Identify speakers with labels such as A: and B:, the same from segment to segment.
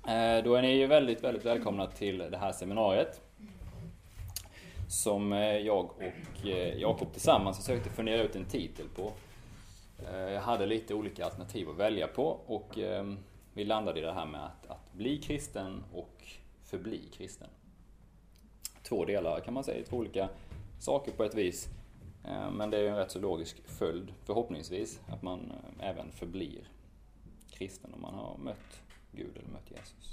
A: Då är ni ju väldigt, väldigt välkomna till det här seminariet som jag och Jakob tillsammans försökte fundera ut en titel på. Jag hade lite olika alternativ att välja på och vi landade i det här med att bli kristen och förbli kristen. 2 delar kan man säga, 2 olika saker på ett vis. Men det är ju en rätt så logisk följd förhoppningsvis att man även förblir kristen om man har mött Gud eller mött Jesus.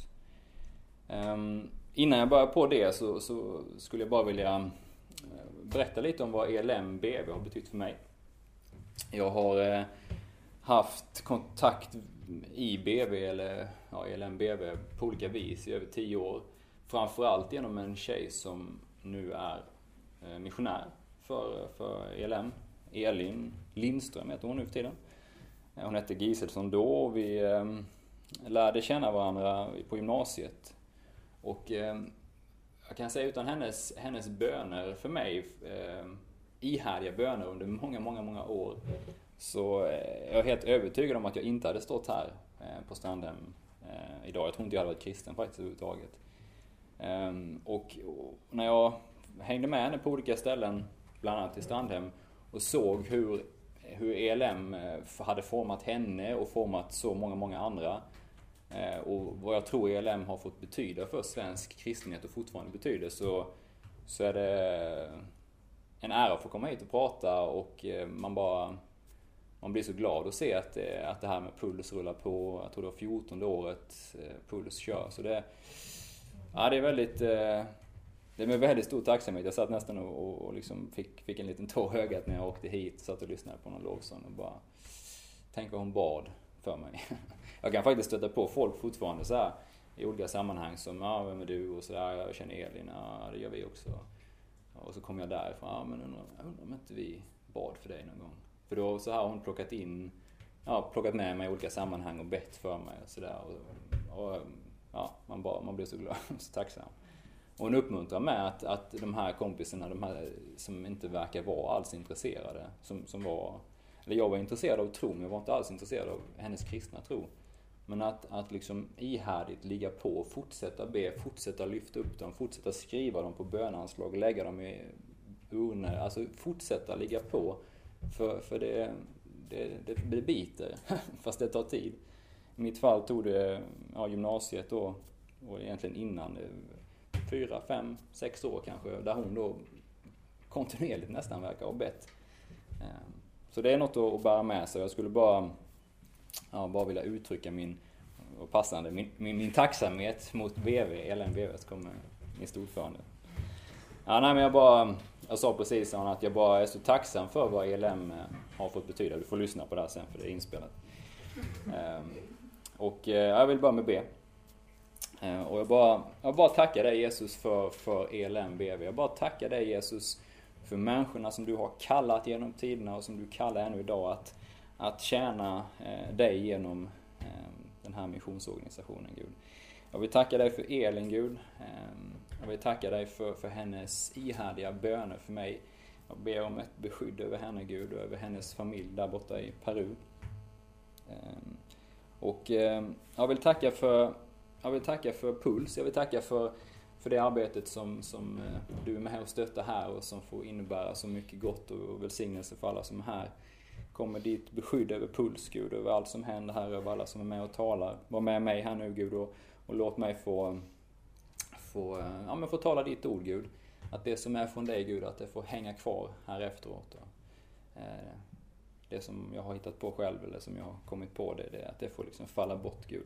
A: Innan jag börjar på det så skulle jag bara vilja berätta lite om vad ELM BV har betytt för mig. Jag har haft kontakt i BV eller ELM BV på olika vis i över 10 år. Framförallt genom en tjej som nu är missionär för ELM. Elin Lindström heter hon nu för tiden. Hon hette Giselsson då och vi lärde känna varandra på gymnasiet. Och jag kan säga utan hennes böner för mig, ihärdiga böner under många år, så är jag helt övertygad om att jag inte hade stått här på Strandhem idag. Jag tror inte jag hade varit kristen faktiskt överhuvudtaget. Och när jag hängde med henne på olika ställen, bland annat i Strandhem, och såg hur ELM hade format henne och format så många andra, och vad jag tror ELM har fått betyda för svensk kristenhet och fortfarande betyder, så är det en ära att få komma hit och prata, och man blir så glad att se att det här med Puls rullar på. Jag tror det var 14:e året Puls kör, så det är väldigt, det är med väldigt stor tacksamhet. Jag satt nästan och liksom fick en liten tår i ögat när jag åkte hit, satt och lyssnade på någon lovsång och bara tänk vad hon bad för mig. Jag kan faktiskt stöta på folk fortfarande så här i olika sammanhang som vem är du och så där, jag känner Elin, det gör vi också. Och så kom jag därifrån, men jag undrar om inte vi bad för dig någon gång. För då så har hon plockat med mig i olika sammanhang och bett för mig och så där, och man blir så glad och så tacksam. Och hon uppmuntrar med att de här kompisarna, de här som inte verkar vara alls intresserade, eller jag var intresserad av tro, men jag var inte alls intresserad av hennes kristna tro. Men att liksom ihärdigt ligga på, fortsätta be, fortsätta lyfta upp dem, fortsätta skriva dem på bönanslag, lägga dem i urnor, alltså fortsätta ligga på, för det biter, fast det tar tid. I mitt fall tog det gymnasiet då, och egentligen innan 4, 5, 6 år kanske, där hon då kontinuerligt nästan verkar ha bett. Så det är något att bära med sig. Jag skulle bara vilja uttrycka min tacksamhet mot BV, ELM BV, som kommer min storförande. Jag sa precis att jag bara är så tacksam för vad ELM har fått betyda. Du får lyssna på det här sen, för det är inspelat. Och jag vill börja med be. Och jag bara tackar dig Jesus för ELM BV. Jag bara tackar dig Jesus för människorna som du har kallat genom tiderna och som du kallar ännu idag att tjäna dig genom den här missionsorganisationen, Gud. Jag vill tacka dig för Elin, Gud. Jag vill tacka dig för hennes ihärdiga böner för mig. Jag ber om ett beskydd över henne, Gud, och över hennes familj där borta i Peru. Och jag vill tacka för Puls. Jag vill tacka för det arbetet som du är med och stöttar här och som får innebära så mycket gott och välsignelse för alla som är här. Kommer ditt beskydd över Puls, Gud, över allt som händer här, över alla som är med och talar. Var med mig här nu, Gud, och låt mig få tala ditt ord, Gud. Att det som är från dig, Gud, att det får hänga kvar här efteråt. Det som jag har hittat på själv eller som jag har kommit på, det att det får liksom falla bort, Gud.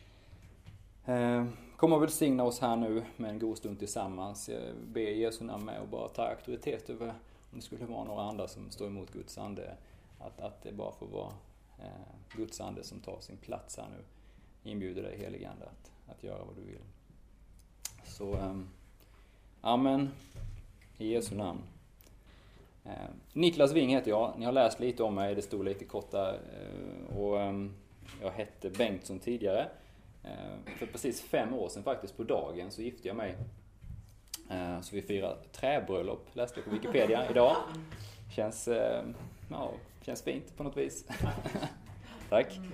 A: Kom och välsigna oss här nu med en god stund tillsammans. Jag ber Jesu namn med och bara ta auktoritet över om det skulle vara några andra som står emot Guds ande. Att det bara får vara Guds ande som tar sin plats här nu. Inbjuder dig, helige ande, att göra vad du vill. Så amen i Jesu namn. Niklas Wing heter jag. Ni har läst lite om mig, det stod lite kort där. Och jag hette Bengtsson tidigare. För precis 5 år sedan faktiskt på dagen så gifte jag mig. Så vi firar träbröllop, läste jag på Wikipedia idag. Känns fint på något vis. Tack.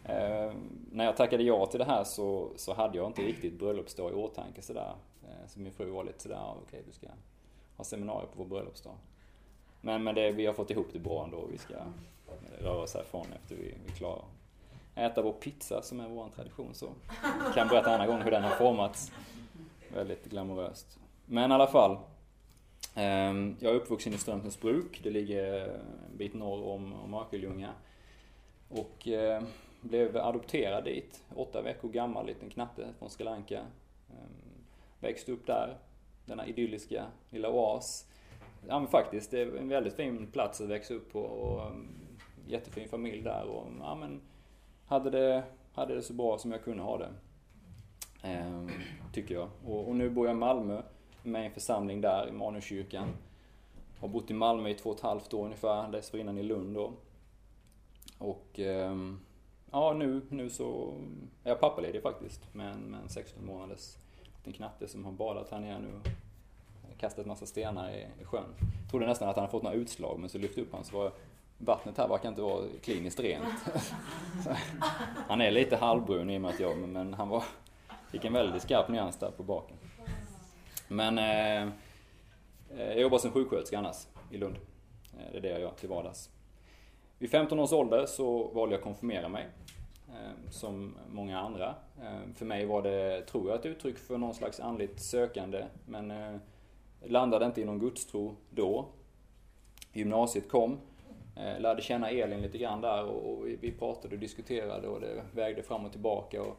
A: När jag tackade ja till det här så hade jag inte riktigt bröllopsdag i åtanke sådär. Så min fru var lite sådär, okej, du ska ha seminarier på vår bröllopsdag. Men vi har fått ihop det bra ändå. Vi ska röra oss härifrån efter vi är klara. Äta vår pizza som är vår tradition, så jag kan berätta en annan gång hur den har formats. Väldigt glamoröst. Men i alla fall, jag är uppvuxen i Strömsbruk. Det ligger en bit norr om Örkelljunga. Och blev adopterad dit. 8 veckor gammal, liten knatte från Sri Lanka. Växte upp där. Denna idylliska lilla oas. Ja, men faktiskt, det är en väldigt fin plats att växa upp på. Och jättefin familj där. Och ja, men hade det så bra som jag kunde ha det. Tycker jag. Och nu bor jag i Malmö. Med en församling där i Manuskyrkan. Har bott i Malmö i 2,5 år ungefär. Dessförinnan i Lund då. Och ja, nu så är jag pappaledig faktiskt. Med en 16 månaders liten knatte som har badat här nere nu. Kastat massa stenar i sjön. Trodde nästan att han hade fått några utslag, men så lyfte upp han så var vattnet här verkar inte vara kliniskt rent. Han är lite halvbrun i och med att men han fick en väldigt skarp nyans där på baken. Men jag jobbar som sjuksköterska annars i Lund. Det är det jag gör till vardags. Vid 15 års ålder så valde jag att konfirmera mig. Som många andra. För mig var det, tror jag, ett uttryck för någon slags andligt sökande. Men landade inte i någon gudstro då. Gymnasiet kom. Lärde känna Elin lite grann där. Och vi pratade och diskuterade och det vägde fram och tillbaka. Och,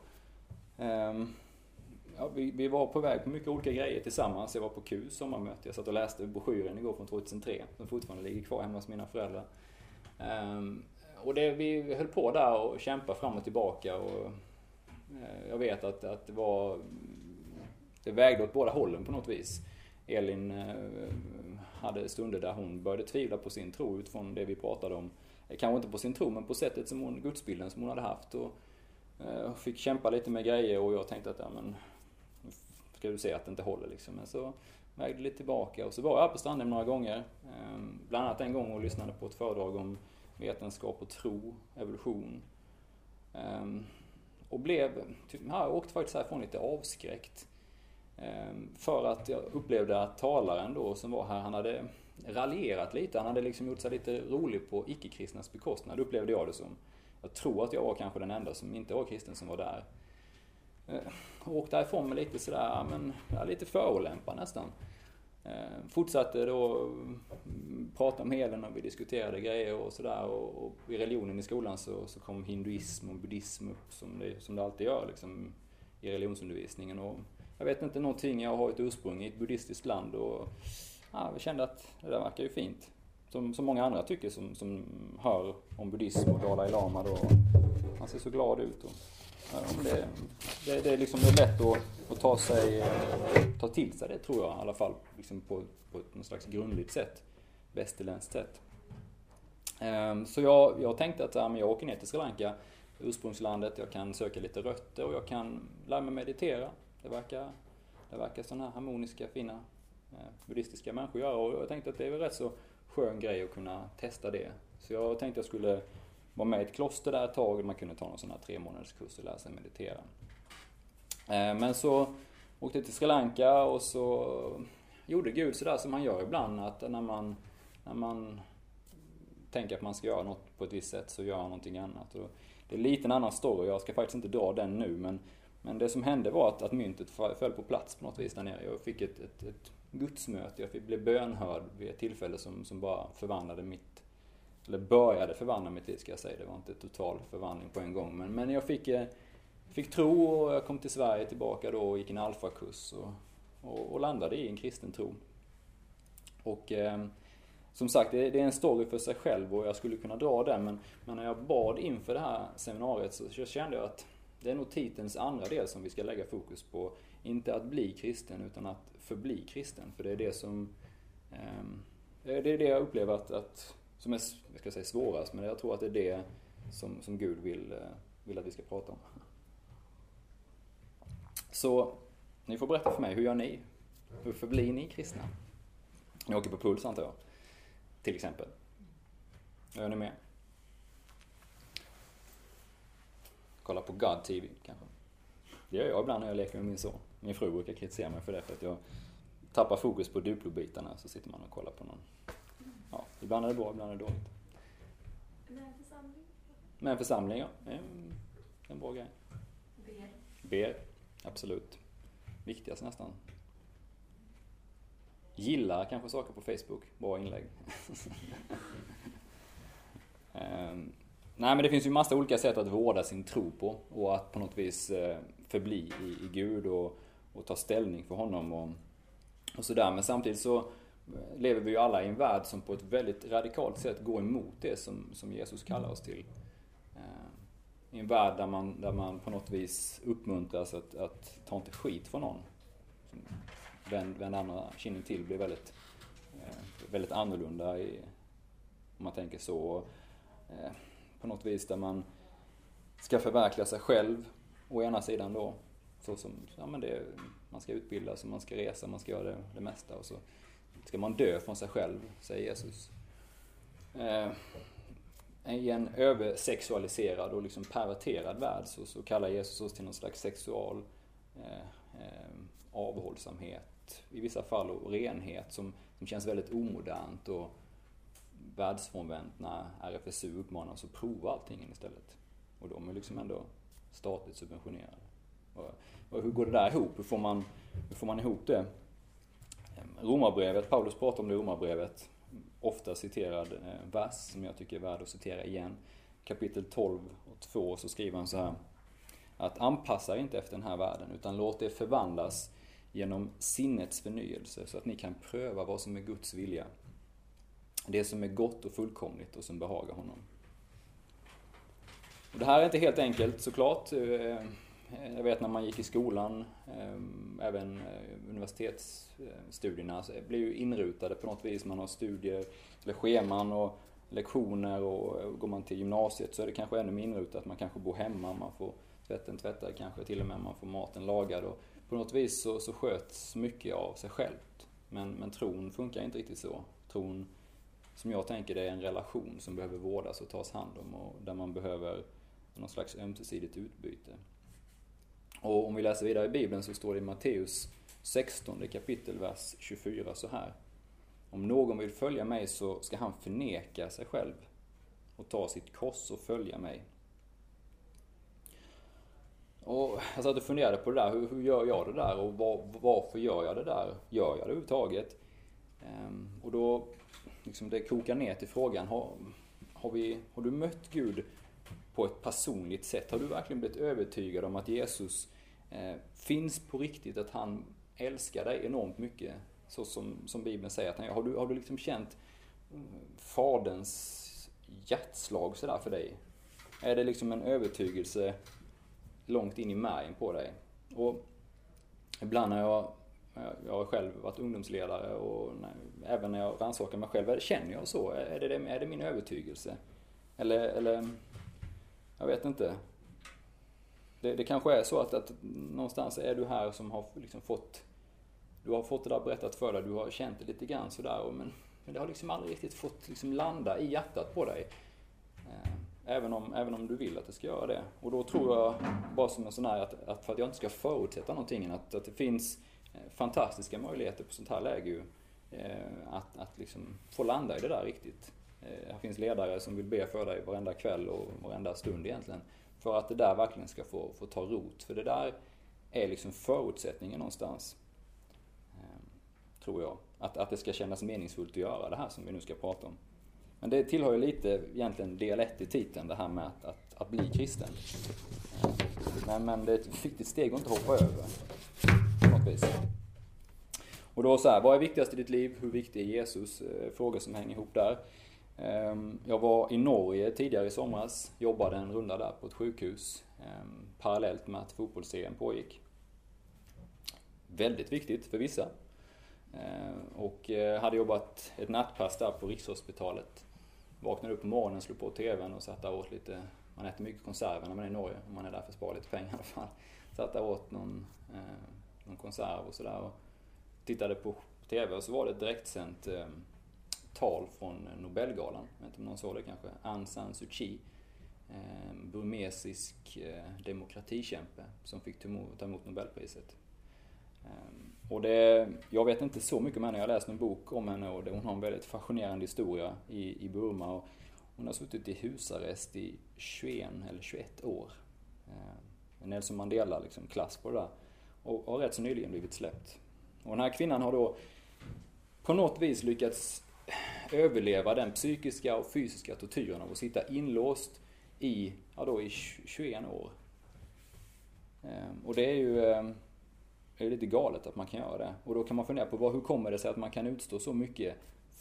A: ja, vi var på väg på mycket olika grejer tillsammans. Jag var på Q sommarmöte. Jag satt och läste broschyren igår från 2003. Som fortfarande ligger kvar hemma hos mina föräldrar. Och vi höll på där och kämpade fram och tillbaka. Och jag vet att det vägde åt båda hållen på något vis. Elin hade stunder där hon började tvivla på sin tro utifrån det vi pratade om. Kanske inte på sin tro, men på sättet som gudsbilden som hon hade haft. Och fick kämpa lite med grejer och jag tänkte att ja, men ska du se att det inte håller liksom. Men så vägde lite tillbaka och så var jag på stranden några gånger. Bland annat en gång och lyssnade på ett föredrag om vetenskap och tro, evolution. Och jag åkte faktiskt härifrån lite avskräckt. För att jag upplevde att talaren då som var här, han hade raljerat lite. Han hade liksom gjort sig lite rolig på icke-kristnas bekostnad, upplevde jag det som. Jag tror att jag var kanske den enda som inte var kristen som var där. Och åkte därifrån med lite sådär, men lite förolämpad nästan. Fortsatte då prata om helen och vi diskuterade grejer och sådär. Och i religionen i skolan så kom hinduism och buddhism upp som det alltid gör liksom, i religionsundervisningen. Och jag vet inte någonting, jag har ett ursprung i ett buddhistiskt land och jag kände att det där verkar ju fint. Som många andra tycker som hör om buddhism och Dalai Lama då. Han ser så glad ut. Och, det är liksom lätt att ta till sig det, tror jag i alla fall. Liksom på något slags grundligt sätt. Västerländskt sätt. Så jag tänkte att jag åker ner till Sri Lanka, ursprungslandet. Jag kan söka lite rötter och jag kan lära mig meditera. Det verkar sådana här harmoniska, fina buddhistiska människor göra. Och jag tänkte att det är väl rätt så skön grej att kunna testa det. Så jag tänkte att jag skulle vara med i ett kloster där ett tag. Man kunde ta någon sån här 3 månaders kurs och lära sig meditera. Men så åkte jag till Sri Lanka och så gjorde Gud sådär som man gör ibland. Att när man tänker att man ska göra något på ett visst sätt så gör man någonting annat. Och det är lite en annan story. Jag ska faktiskt inte dra den nu. Men det som hände var att myntet föll på plats på något vis där nere. Jag fick ett gudsmöte. Jag blev bönhörd vid ett tillfälle som bara började förvandla mitt liv, ska jag säga. Det var inte total förvandling på en gång. Men jag fick tro och jag kom till Sverige tillbaka då och gick en alfakurs och landade i en kristen tro. Och som sagt, det är en story för sig själv och jag skulle kunna dra den. Men när jag bad inför det här seminariet så kände jag att det är nog titelns andra del som vi ska lägga fokus på. Inte att bli kristen utan att förbli kristen. För det är det som det är det jag upplever att som är, jag ska säga, svårast. Men jag tror att det är det som Gud vill att vi ska prata om. Så ni får berätta för mig, hur gör ni? Hur förblir ni kristna? Ni åker på Puls, antar jag. Till exempel. Hur gör ni med? kolla på God TV kanske. Det gör jag ibland när jag leker med min son. Min fru brukar kritisera mig för det, för att jag tappar fokus på Duplo-bitarna, så sitter man och kollar på någon. Ja, ibland är det bra, ibland är det dåligt. Med en församling, ja. Det är en bra grej. Ber, absolut. Viktigast nästan. Gillar kanske saker på Facebook. Bra inlägg. Nej, men det finns ju massa olika sätt att vårda sin tro på. Och att på något vis förbli i Gud och ta ställning för honom och sådär. Men samtidigt så lever vi ju alla i en värld som på ett väldigt radikalt sätt går emot det som Jesus kallar oss till. I en värld där man på något vis uppmuntras att ta inte skit från någon. Vänd andra kinden till blir väldigt annorlunda om man tänker så. På något vis där man ska förverkliga sig själv å ena sidan då. Så som, ja, men man ska utbilda sig, man ska resa, man ska göra det mesta. Och så ska man dö från sig själv, säger Jesus. I en översexualiserad och liksom perverterad värld så kallar Jesus oss till någon slags sexual avhållsamhet i vissa fall, och renhet som känns väldigt omodernt och världsfrånvänt när RFSU uppmanar oss att prova allting istället. Och de är liksom ändå statligt subventionerade. Och hur går det där ihop? Hur får man ihop det? Romarbrevet, Paulus pratar om det i Romarbrevet, ofta citerad vers som jag tycker är värd att citera igen. Kapitel 12 och 2 så skriver han så här: att anpassa inte efter den här världen, utan låt det förvandlas genom sinnets förnyelse, så att ni kan pröva vad som är Guds vilja. Det som är gott och fullkomligt och som behagar honom. Och det här är inte helt enkelt såklart. Jag vet när man gick i skolan, även universitetsstudierna, så blir ju inrutade på något vis. Man har studier eller scheman och lektioner, och går man till gymnasiet så är det kanske ännu mer inrutat. Man kanske bor hemma, man får tvätten tvättad, kanske till och med man får maten lagad. Och på något vis så sköts mycket av sig självt. Men tron funkar inte riktigt så. Tron, som jag tänker, det är en relation som behöver vårdas och tas hand om, och där man behöver någon slags ömsesidigt utbyte. Och om vi läser vidare i Bibeln så står det i Matteus 16 kapitel, vers 24 så här: om någon vill följa mig så ska han förneka sig själv och ta sitt kors och följa mig. Och jag satt och funderade på det där, hur gör jag det där, och varför gör jag det där? Gör jag det överhuvudtaget? Och då liksom det kokar ner till frågan, har du mött Gud på ett personligt sätt? Har du verkligen blivit övertygad om att Jesus finns på riktigt, att han älskar dig enormt mycket, så som Bibeln säger att han gör? Har du liksom känt faderns hjärtslag så där för dig? Är det liksom en övertygelse långt in i märgen på dig? Och ibland när jag har själv varit ungdomsledare, och även när jag rannsakar mig själv, känner jag så? Är det min övertygelse? Eller jag vet inte. Det kanske är så att någonstans är du här som har liksom du har fått det där berättat för dig, du har känt det lite grann sådär, men det har liksom aldrig riktigt fått liksom landa i hjärtat på dig. Även om du vill att det ska göra det. Och då tror jag, bara som en sån här, att för att jag inte ska förutsätta någonting, att det finns fantastiska möjligheter på sånt här läge att liksom få landa i det där riktigt. Det finns ledare som vill be för dig varenda kväll och varenda stund egentligen, för att det där verkligen ska få ta rot. För det där är liksom förutsättningen någonstans, tror jag. Att det ska kännas meningsfullt att göra det här som vi nu ska prata om. Men det tillhör ju lite egentligen del 1 i titeln, det här med att bli kristen. Men det är ett viktigt steg att inte hoppa över på något vis. Och då så här, vad är viktigast i ditt liv? Hur viktig är Jesus? Frågor som hänger ihop där. Jag var i Norge tidigare i somras, jobbade en runda där på ett sjukhus parallellt med att fotbollsserien pågick. Väldigt viktigt för vissa. Och hade jobbat ett nattpass där på Rikshospitalet. Vaknade upp på morgonen, slog på tvn och satt där åt lite. Man äter mycket konserver när man är i Norge, om man är där för att spara lite pengar i alla fall. Satt där åt någon konserv och sådär, och tittade på tv, och så var det ett direktsänt tal från Nobelgalan. Jag vet inte om någon såg det kanske. Aung San Suu Kyi burmesisk demokratikämpe som fick ta emot Nobelpriset. Och jag vet inte så mycket om henne, jag har läst en bok om henne och hon har en väldigt fascinerande historia i Burma. Och hon har suttit i husarrest i 21 eller 21 år. Nelson Mandela liksom klass på det där. Och har rätt så nyligen blivit släppt. Och den här kvinnan har då på något vis lyckats överleva den psykiska och fysiska tortyren av att sitta inlåst i 21 år. Och det är ju lite galet att man kan göra det. Och då kan man fundera på hur kommer det sig att man kan utstå så mycket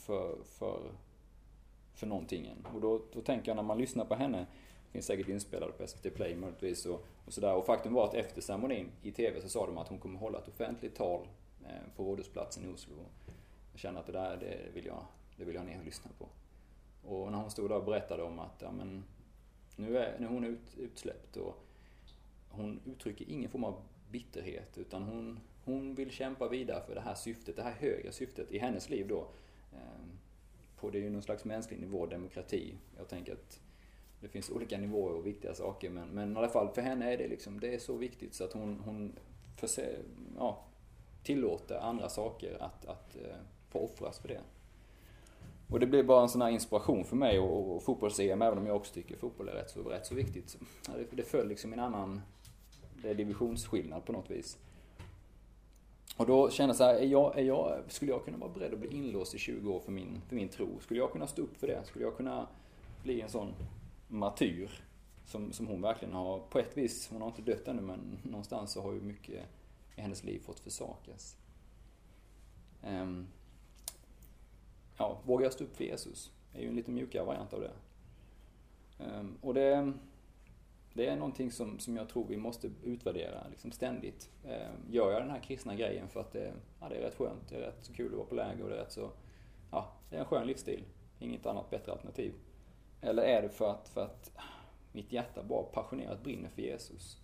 A: för någonting. Och då tänker jag när man lyssnar på henne, finns säkert inspelade på SVT Play möjligtvis och sådär. Och faktum var att efter ceremonin i TV så sa de att hon kommer hålla ett offentligt tal på Rådhusplatsen i Oslo. Jag känner att det vill jag ner och lyssna på. Och när hon stod där och berättade om att nu är hon utsläppt och hon uttrycker ingen form av bitterhet utan hon vill kämpa vidare för det här syftet, det här högre syftet i hennes liv då. Det är ju någon slags mänsklig nivå, demokrati. Jag tänker att det finns olika nivåer och viktiga saker men i alla fall för henne är det är så viktigt så att hon tillåter andra saker att få offras för det. Och det blir bara en sån här inspiration för mig och fotbolls-EM, även om jag också tycker fotboll är rätt så viktigt. Så, det föll liksom en annan divisionsskillnad på något vis. Och då kände jag så här, skulle jag kunna vara beredd att bli inlåst i 20 år för min tro? Skulle jag kunna stå upp för det? Skulle jag kunna bli en sån martyr som hon verkligen har, på ett vis, hon har inte dött ännu men någonstans så har ju mycket i hennes liv fått försakas. Vågar jag stå upp för Jesus? Det är ju en lite mjukare variant av det. Och det är någonting som jag tror vi måste utvärdera liksom ständigt. Gör jag den här kristna grejen för att det är rätt skönt, det är rätt så kul att vara på läger och det är rätt så, det är en skön livsstil. Inget annat bättre alternativ. Eller är det för att mitt hjärta bara passionerat brinner för Jesus?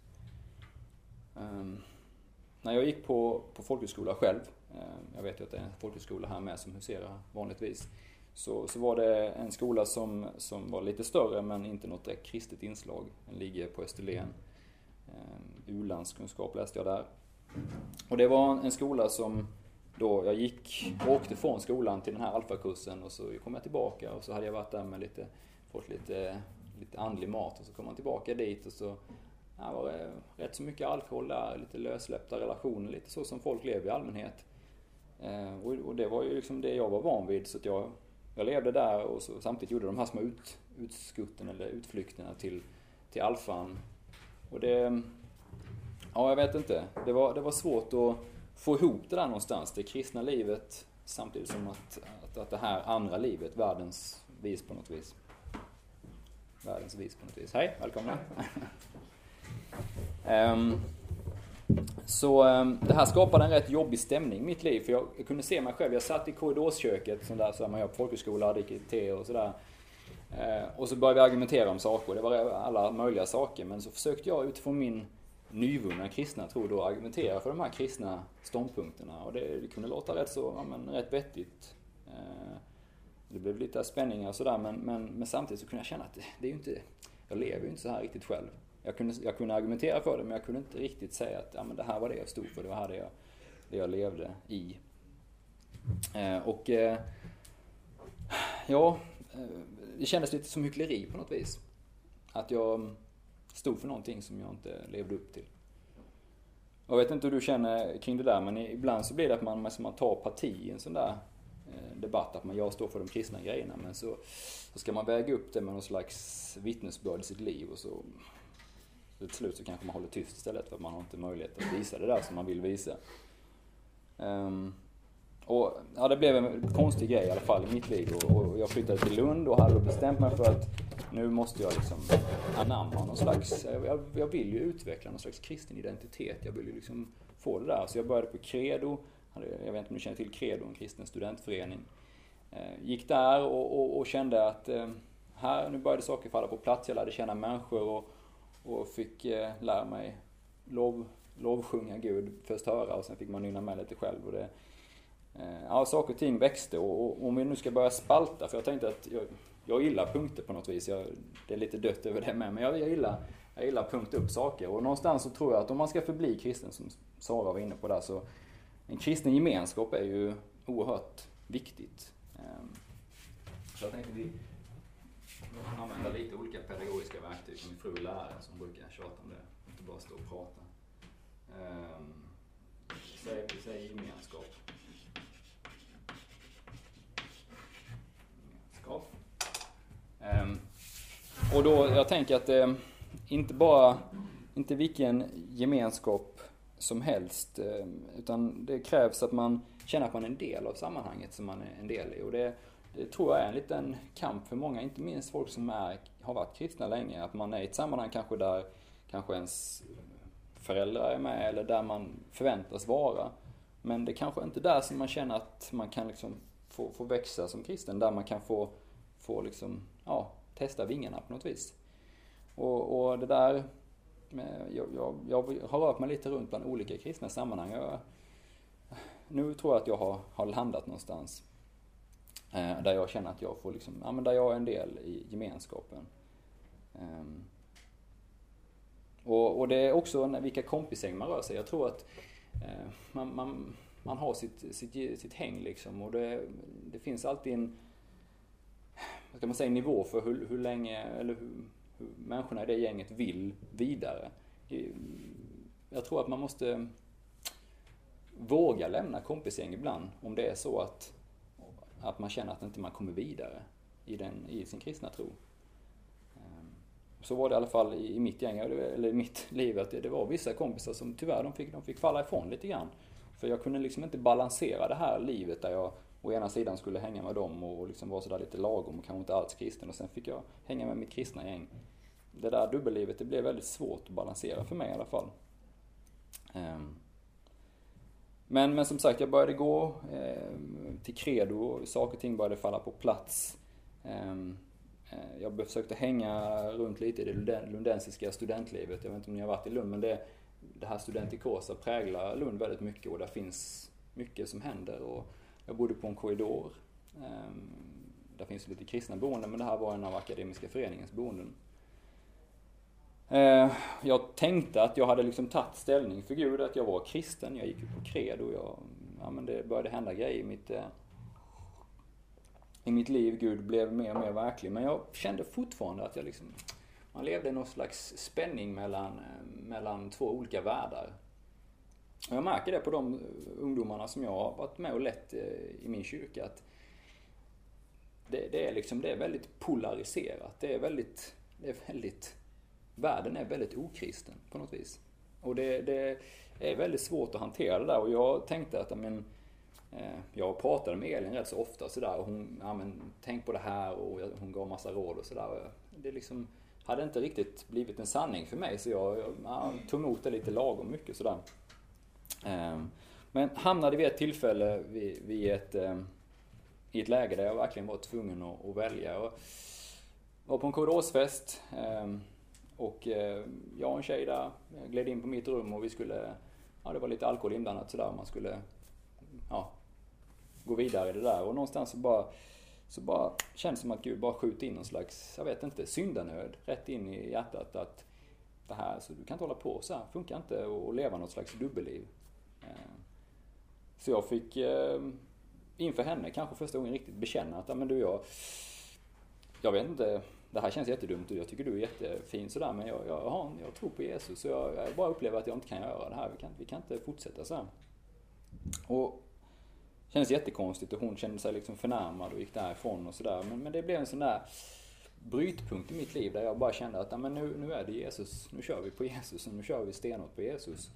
A: När jag gick på folkhögskola själv, jag vet ju att det är en folkhögskola här med som huserar vanligtvis, så var det en skola som var lite större men inte något direkt kristet inslag. Den ligger på Österlen. U-landskunskap läste jag där. Och det var en skola som då jag åkte från skolan till den här alfakursen och så kom jag tillbaka och så hade jag varit där fått lite andlig mat och så kom man tillbaka dit och så var det rätt så mycket alkohol där, lite lössläppta relationer, lite så som folk lever i allmänhet. Och det var ju liksom det jag var van vid så att jag levde där och så samtidigt gjorde de här små utskutten eller utflykterna till alfan. Och jag vet inte, det var svårt att få ihop det där någonstans, det kristna livet samtidigt som att det här andra livet, världens vis på något vis. Hej, välkomna. Så det här skapade en rätt jobbig stämning i mitt liv. För jag kunde se mig själv. Jag satt i korridorsköket så man gör på folkhögskola, dricker te och sådär. Och så började vi argumentera om saker. Det var alla möjliga saker. Men så försökte jag utifrån min nyvunna kristna tro då argumentera för de här kristna ståndpunkterna. Och det kunde låta rätt vettigt. Det blev lite spänningar och sådär. Men samtidigt så kunde jag känna att det är ju inte, jag lever ju inte så här riktigt själv. Jag kunde argumentera för det men jag kunde inte riktigt säga att det här var det jag stod för, det var här det jag levde i. Det kändes lite som hyckleri på något vis. Att jag stod för någonting som jag inte levde upp till. Jag vet inte hur du känner kring det där men ibland så blir det att man tar parti i en sån där debatt att jag står för de kristna grejerna men så ska man väga upp det med någon slags vittnesbörd i sitt liv och så till slut så kanske man håller tyst istället för att man har inte möjlighet att visa det där som man vill visa. Det blev en konstig grej i alla fall i mitt liv och jag flyttade till Lund och hade bestämt mig för att nu måste jag liksom anamma någon slags, jag vill ju utveckla någon slags kristen identitet, jag vill ju liksom få det där. Så jag började på Credo, jag vet inte om du känner till Credo, en kristen studentförening. Gick där och kände att nu började saker falla på plats, jag lärde känna människor och fick lära mig lovsjunga Gud, först höra och sen fick man nynna med lite själv och saker och ting växte och om vi nu ska börja spalta, för jag tänkte att jag gillar punkter på något vis. Det är lite dött över det med, men jag gillar punkta upp saker. Och någonstans så tror jag att om man ska förbli kristen, som Sara var inne på där, så en kristen gemenskap är ju oerhört viktigt. Så jag tänkte vi använda lite olika pedagogiska verktyg. Min fru är lärare som brukar tjata om det, inte bara stå och prata. Säg gemenskap. Och då, jag tänker att inte vilken gemenskap som helst, utan det krävs att man känner att man är en del av sammanhanget som man är en del i. Och det tror jag är en liten kamp för många, inte minst folk som har varit kristna länge, att man är i ett sammanhang kanske där kanske ens föräldrar är med eller där man förväntas vara. Men det kanske inte är där som man känner att man kan liksom få växa som kristen, där man kan få liksom, testa vingarna på något vis. Och det där, jag har rört mig lite runt bland olika kristna sammanhang. Nu tror jag att jag har landat någonstans där jag känner att jag får liksom, där jag är en del i gemenskapen. Och det är också vilka kompisgäng man rör sig. Jag tror att man har sitt häng liksom, och det finns alltid en, vad ska man säga, nivå för hur länge eller hur människorna i det gänget vill vidare. Jag tror att man måste våga lämna kompisgäng ibland om det är så att man känner att inte man kommer vidare i sin kristna tro. Så var det i alla fall i mitt gäng, eller i mitt liv, att det var vissa kompisar som tyvärr de fick falla ifrån lite grann. För jag kunde liksom inte balansera det här livet där jag å ena sidan skulle hänga med dem och liksom vara sådär lite lagom och kanske inte alls kristen, och sen fick jag hänga med mitt kristna gäng. Det där dubbellivet, det blev väldigt svårt att balansera för mig i alla fall. Men som sagt, jag började gå till credo och saker och ting började falla på plats. Jag försökte hänga runt lite i det lundensiska studentlivet. Jag vet inte om ni har varit i Lund, men det här studentikosa präglar Lund väldigt mycket, och där finns mycket som händer. Och jag bodde på en korridor. Där finns lite kristna boenden, men det här var en av Akademiska föreningens boenden. Jag tänkte att jag hade liksom tagit ställning för Gud, att jag var kristen. Jag gick ju på credo. Men det började hända grejer i mitt liv. Gud blev mer och mer verklig. Men jag kände fortfarande att man levde i någon slags spänning mellan två olika världar. Och jag märker det på de ungdomarna som jag har varit med och lett i min kyrka, att det är väldigt polariserat. Världen är väldigt okristen på något vis. Och det är väldigt svårt att hantera det där. Och jag tänkte att jag pratade med Elin rätt så ofta så där, och hon tänk på det här, och hon gav massa råd och sådär. Det hade inte riktigt blivit en sanning för mig, så jag tog emot det lite lagom mycket sådär. Men hamnade vid ett tillfälle i ett läge där jag verkligen var tvungen att välja. Jag var på en korridorsfest, och jag och en tjej där gled in på mitt rum, och vi skulle, det var lite alkohol inblandat sådär, man skulle gå vidare i det där. Och någonstans så bara känns det som att Gud bara skjuter in någon slags, jag vet inte, syndanöd rätt in i hjärtat, att det här, så du kan inte hålla på så här, funkar inte att leva något slags dubbelliv. Så jag fick inför henne kanske första gången riktigt bekänna att jag vet inte, det här känns jättedumt och jag tycker du är jättefin sådär, men jag tror på Jesus, så jag bara upplever att jag inte kan göra det här, vi kan inte fortsätta så här. Och det kändes jättekonstigt, och hon kände sig liksom förnärmad och gick därifrån och sådär. Men det blev en sån där brytpunkt i mitt liv där jag bara kände att nu är det Jesus, nu kör vi på Jesus, och nu kör vi stenhårt på Jesus.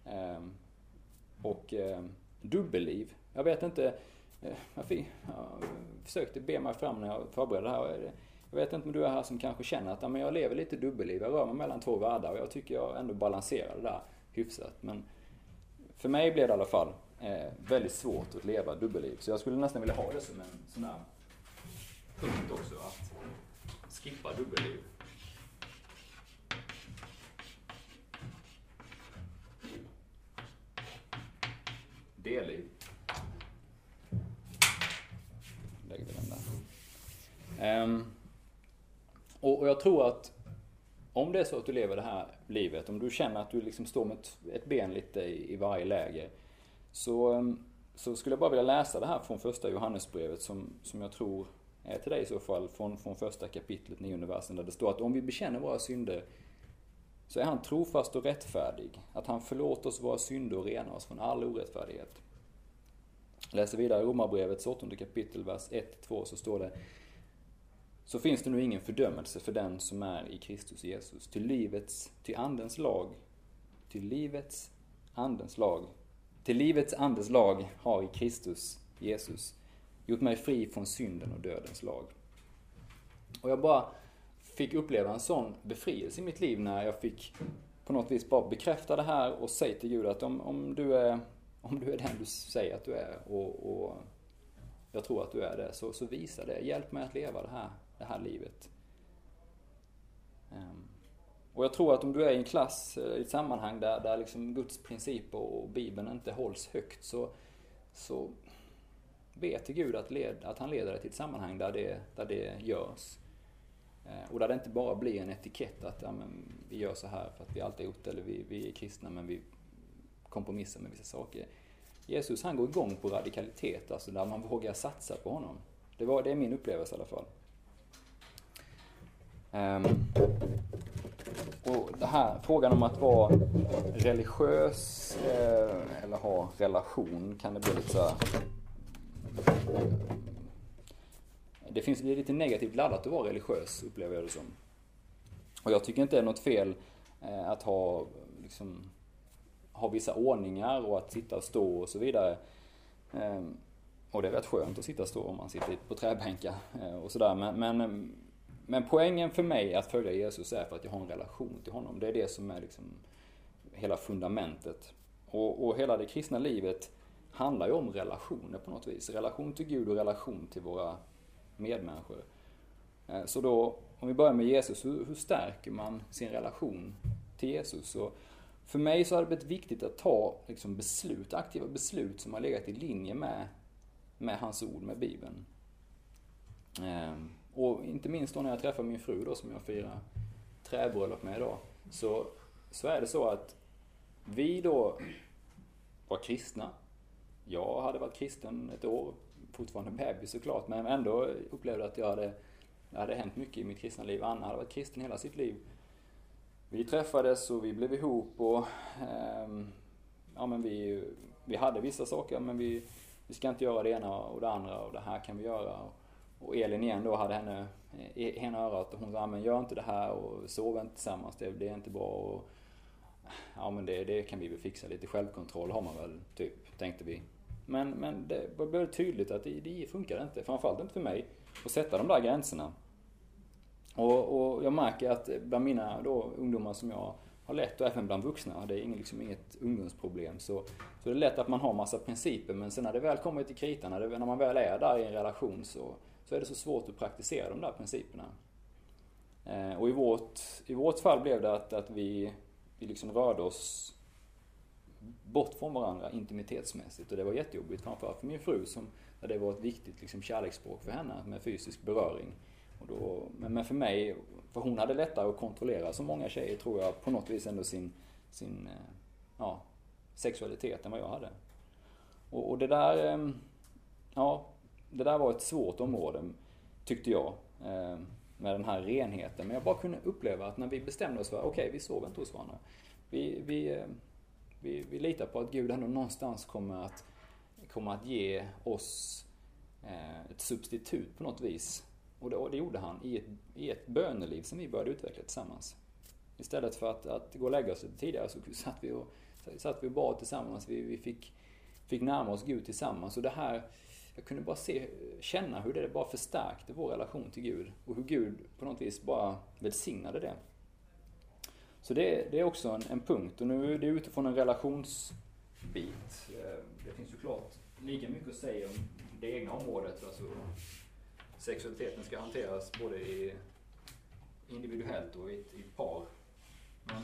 A: Dubbelliv, jag vet inte, jag försökte be mig fram när jag förberedde det här. Jag vet inte om du är här som kanske känner att jag lever lite dubbelliv, jag rör mig mellan två världar, och jag tycker jag ändå balanserar det där hyfsat. Men för mig blev det i alla fall väldigt svårt att leva dubbelliv. Så jag skulle nästan vilja ha det som en sån här punkt också, att skippa dubbelliv. Delliv. Lägger vi den där. Och jag tror att om det är så att du lever det här livet, om du känner att du liksom står med ett ben lite i varje läge, så skulle jag bara vilja läsa det här från första Johannesbrevet som jag tror är till dig i så fall, från första kapitlet, 9:e versen, där det står att om vi bekänner våra synder så är han trofast och rättfärdig, att han förlåter oss våra synder och renar oss från all orättfärdighet. Läser vidare i Romarbrevets 8:e kapitel, vers 1-2, så står det: så finns det nu ingen fördömelse för den som är i Kristus Jesus. Till livets andens lag har i Kristus Jesus gjort mig fri från synden och dödens lag. Och jag bara fick uppleva en sån befrielse i mitt liv när jag fick på något vis bara bekräfta det här och säga till Gud att om du är den du säger att du är, och jag tror att du är det, så visa det. Hjälp mig att leva det här livet. Och jag tror att om du är i en klass, i ett sammanhang där liksom Guds principer och Bibeln inte hålls högt, så be till Gud att han leder dig till ett sammanhang där det görs. Och där det inte bara blir en etikett att vi gör så här för att vi alltid gjort, eller vi är kristna men vi kompromissar med vissa saker. Jesus, han går igång på radikalitet, alltså där man vågar satsa på honom. Det är min upplevelse i alla fall. Och det här, frågan om att vara religiös eller ha relation, kan det bli lite så här, det är lite negativt laddat att vara religiös, upplever jag det som. Och jag tycker inte det är något fel att ha vissa ordningar och att sitta och stå och så vidare. Och det är rätt skönt att sitta och stå om man sitter på träbänkar och sådär. Men poängen för mig att följa Jesus är för att jag har en relation till honom. Det är det som är liksom hela fundamentet. Och hela det kristna livet handlar ju om relationer på något vis. Relation till Gud och relation till våra medmänniskor. Så då, om vi börjar med Jesus, hur stärker man sin relation till Jesus? Och för mig så har det blivit viktigt att ta liksom aktiva beslut som har legat i linje med hans ord, med Bibeln. Och inte minst då när jag träffar min fru då, som jag firar träbröllop med idag, så är det så att vi då var kristna. Jag hade varit kristen ett år, fortfarande bebis såklart, men ändå upplevde att det hade hänt mycket i mitt kristna liv. Anna hade varit kristen hela sitt liv. Vi träffades och vi blev ihop och men vi hade vissa saker, men vi ska inte göra det ena och det andra, och det här kan vi göra. Och Elin igen då hade henne i ena örat och hon sa, men gör inte det här och sov inte tillsammans, det är inte bra. Och, men det kan vi väl fixa, lite självkontroll har man väl typ, tänkte vi. Men det blev tydligt att det funkar inte, framförallt inte för mig, att sätta de där gränserna. Och jag märker att bland mina då ungdomar som jag har lett, och även bland vuxna, det är inget ungdomsproblem, så det är lätt att man har massa principer, men sen när det väl kommer till kritan, när man väl är där i en relation, så är det så svårt att praktisera de där principerna. Och i vårt fall blev det att vi liksom rörde oss bort från varandra intimitetsmässigt, och det var jättejobbigt, framförallt för min fru, där det var ett viktigt liksom kärleksspråk för henne med fysisk beröring. Men för mig, för hon hade lättare att kontrollera, som många tjejer tror jag, på något vis ändå sin sexualitet än vad jag hade. Och det där var ett svårt område, tyckte jag, med den här renheten. Men jag bara kunde uppleva att när vi bestämde oss för, okej, vi sover inte hos varandra. Vi litar på att Gud ändå någonstans kommer att ge oss ett substitut på något vis. Och det gjorde han i ett böneliv som vi började utveckla tillsammans. Istället för att gå och lägga oss tidigare, så satt vi och bad tillsammans. Vi fick närma oss Gud tillsammans. Och det här, jag kunde bara känna hur det bara förstärkte vår relation till Gud. Och hur Gud på något vis bara välsignade det. Så det är också en punkt. Och nu är det utifrån en relationsbit. Det finns ju klart lika mycket att säga om det egna området. Alltså, sexualiteten ska hanteras både individuellt och i par. Men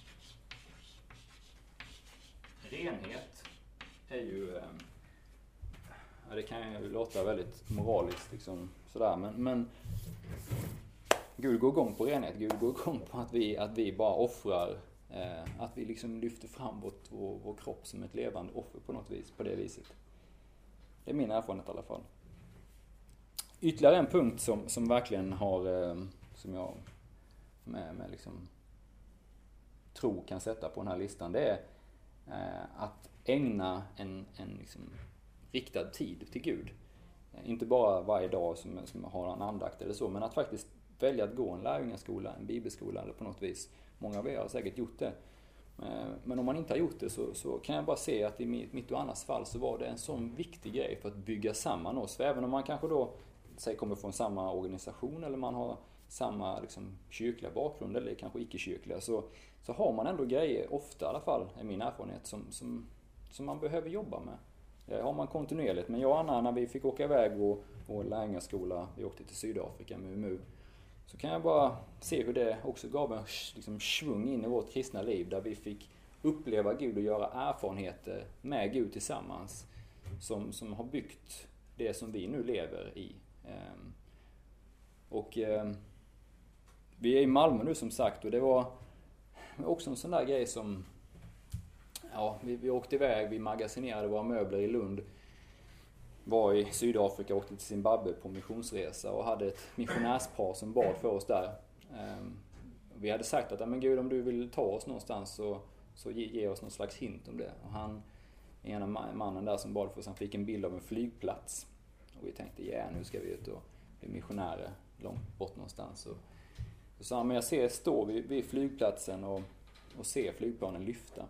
A: renhet är ju, det kan ju låta väldigt moraliskt liksom sådär, men Gud går igång på renhet, Gud går igång på att vi bara offrar, att vi liksom lyfter fram vår kropp som ett levande offer på något vis, på det viset. Det är min erfarenhet i alla fall. Ytterligare en punkt som verkligen har, som jag med liksom tro kan sätta på den här listan, det är att ägna en liksom riktad tid till Gud. Inte bara varje dag som har en andakt eller så, men att faktiskt välja att gå en lärjungaskola, en bibelskola eller på något vis. Många av er har säkert gjort det. Men om man inte har gjort det så kan jag bara se att i mitt och Annas fall så var det en sån viktig grej för att bygga samman oss. För även om man kanske då kommer från samma organisation eller man har samma liksom kyrkliga bakgrund eller kanske icke-kyrkliga, så har man ändå grejer, ofta i alla fall är min erfarenhet, som man behöver jobba med. Det har man kontinuerligt. Men jag och Anna, när vi fick åka iväg på lärjungaskola, vi åkte till Sydafrika med UMU, så kan jag bara se hur det också gav en liksom svung in i vårt kristna liv, där vi fick uppleva Gud och göra erfarenheter med Gud tillsammans som har byggt det som vi nu lever i. Vi är i Malmö nu som sagt, och det var också en sån där grej som, ja, vi åkte iväg, vi magasinerade våra möbler i Lund, var i Sydafrika, åkte till Zimbabwe på missionsresa och hade ett missionärspar som bad för oss där. Vi hade sagt att, men Gud, om du vill ta oss någonstans så ge oss någon slags hint om det. Och ena mannen där som bad för oss, han fick en bild av en flygplats. Och vi tänkte, nu ska vi ut och bli missionärer långt bort någonstans. Så sa han, men jag står vid flygplatsen och ser flygplanen lyfta.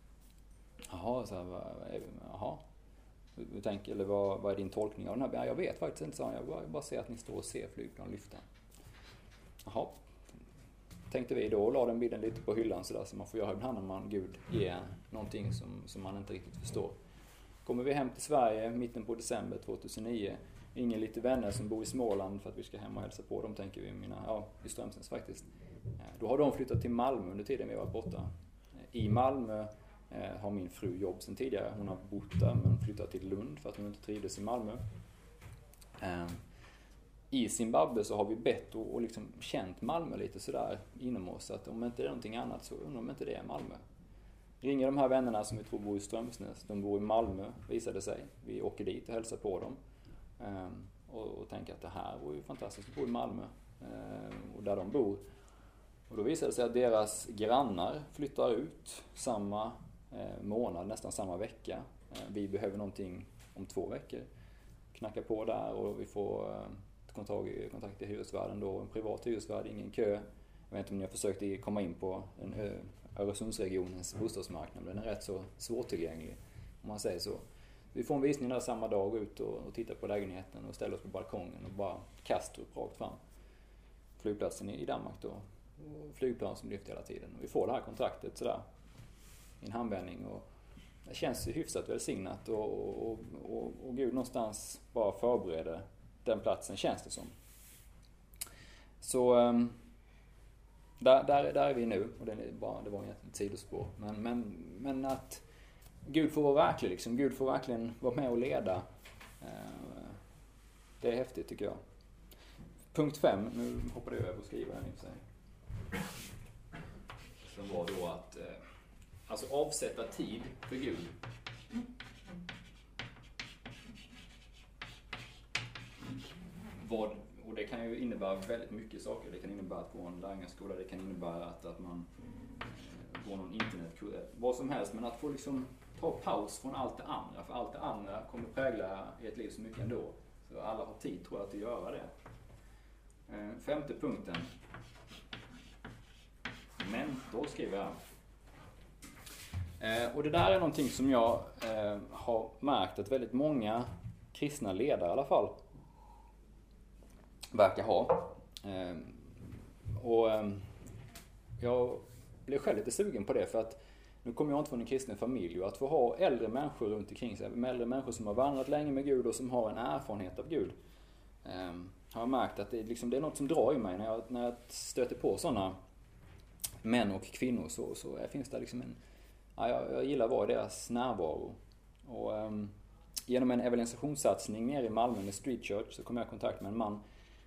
A: Jaha. Du tänker, eller vad är din tolkning av den här? Jag vet faktiskt inte, så jag bara ser att ni står och ser flygplan lyfta. Jaha, tänkte vi då, och la den bilden lite på hyllan sådär, som man får göra ibland när Gud ger någonting som man inte riktigt förstår. Kommer vi hem till Sverige mitten på december 2009, ingen lite vänner som bor i Småland för att vi ska hem och hälsa på dem, tänker vi, i Strömsnäs faktiskt. Då har de flyttat till Malmö under tiden vi var borta. I Malmö har min fru jobb sedan tidigare. Hon har bott där men flyttat till Lund för att hon inte trivdes i Malmö. I Zimbabwe så har vi bett och liksom känt Malmö lite sådär inom oss. Att om inte det är någonting annat så undrar om inte det är Malmö. Ringer de här vännerna som vi tror bor i Strömsnäs. De bor i Malmö, visade sig. Vi åker dit och hälsar på dem. Och tänker att det här vore ju fantastiskt att bo i Malmö. Och där de bor. Och då visade det sig att deras grannar flyttar ut samma månad, nästan samma vecka. Vi behöver någonting om 2 veckor. Knackar på där och vi får kontakt i hyresvärden då. En privat hyresvärd, ingen kö. Jag vet inte om ni har försökt komma in på Öresundsregionens bostadsmarknad. Den är rätt så svårtillgänglig, om man säger så. Vi får en visning där samma dag, gå ut och titta på lägenheten och ställa oss på balkongen och bara kasta upp rakt fram. Flygplatsen i Danmark då. Och flygplan som lyfter hela tiden. Och vi får det här kontraktet sådär i en handvändning, och det känns ju hyfsat välsignat och Gud någonstans bara förbereder den platsen, känns det som. Så där är vi nu, och det var ett sidospår. Men att Gud får vara verklig liksom. Gud får verkligen vara med och leda. Det är häftigt tycker jag. Punkt 5, nu hoppar jag över och skriver den i och för sig. Som var då att alltså avsätta tid för Gud. Och det kan ju innebära väldigt mycket saker. Det kan innebära att gå en lärjungaskola, det kan innebära att man går någon internetkurs, vad som helst. Men att få liksom ta paus från allt det andra. För allt det andra kommer prägla ert liv så mycket ändå. Så alla har tid, tror jag, att göra det. 5:e punkten. Mentor skriver jag. Och det där är någonting som jag har märkt att väldigt många kristna ledare i alla fall verkar ha. Jag blev själv lite sugen på det, för att nu kommer jag inte från en kristen familj, och att få ha äldre människor runt omkring sig, med äldre människor som har vandrat länge med Gud och som har en erfarenhet av Gud, har jag märkt att det är något som drar i mig när jag stöter på sådana män och kvinnor, så finns det liksom jag gillar att vara i deras närvaro. Och genom en evangelisationssatsning nere i Malmö med Street Church så kom jag i kontakt med en man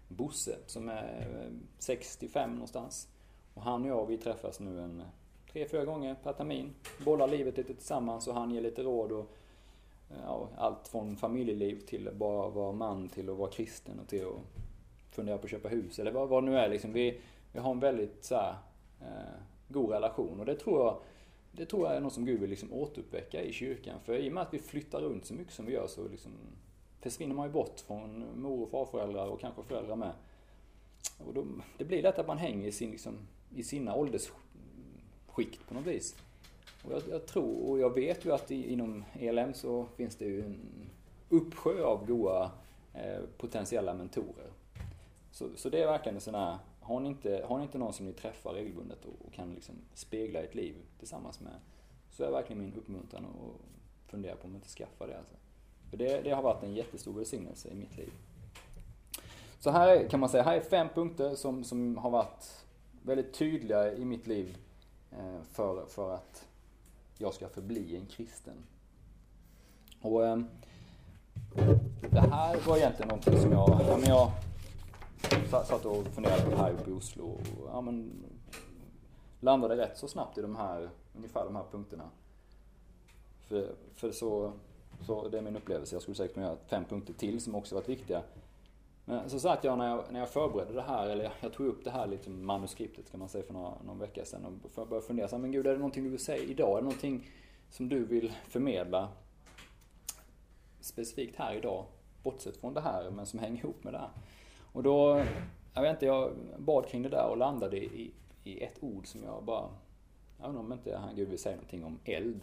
A: Bosse som är 65 någonstans. Och han och jag, vi träffas nu 3-4 gånger per termin. Bollar livet lite tillsammans och han ger lite råd. Och, allt från familjeliv till bara vara man till att vara kristen och till att fundera på att köpa hus. Eller vad det nu är. Liksom. Vi har en väldigt så här, god relation. Och det tror jag är något som Gud vill liksom återuppväcka i kyrkan. För i och med att vi flyttar runt så mycket som vi gör så liksom försvinner man ju bort från mor- och farföräldrar och kanske föräldrar med. Och då, det blir lätt att man hänger i sina åldersskikt på något vis. Och jag tror och jag vet ju att inom ELM så finns det ju en uppsjö av goda potentiella mentorer. Så det är verkligen en sån här, har ni inte någon som ni träffar regelbundet och kan liksom spegla ett liv tillsammans med, så är verkligen min uppmuntran att fundera på om man inte skaffa det. Alltså. För det har varit en jättestor välsignelse i mitt liv. Så här kan man säga, här är 5 punkter som har varit väldigt tydliga i mitt liv för att jag ska förbli en kristen. Och det här var egentligen någonting som jag satt och funderade på här uppe i Oslo och landade rätt så snabbt i ungefär de här punkterna. För så det är min upplevelse. Jag skulle säkert kunna göra 5 punkter till som också varit viktiga. Men så satt jag när jag förberedde det här, eller jag tog upp det här lite manuskriptet kan man säga för någon vecka sedan och började fundera så här, men Gud, är det någonting du vill säga idag? Är det någonting som du vill förmedla specifikt här idag, bortsett från det här, men som hänger ihop med det här? Och då, jag bad kring det där och landade i ett ord som jag undrar om inte Gud vill säga någonting om eld.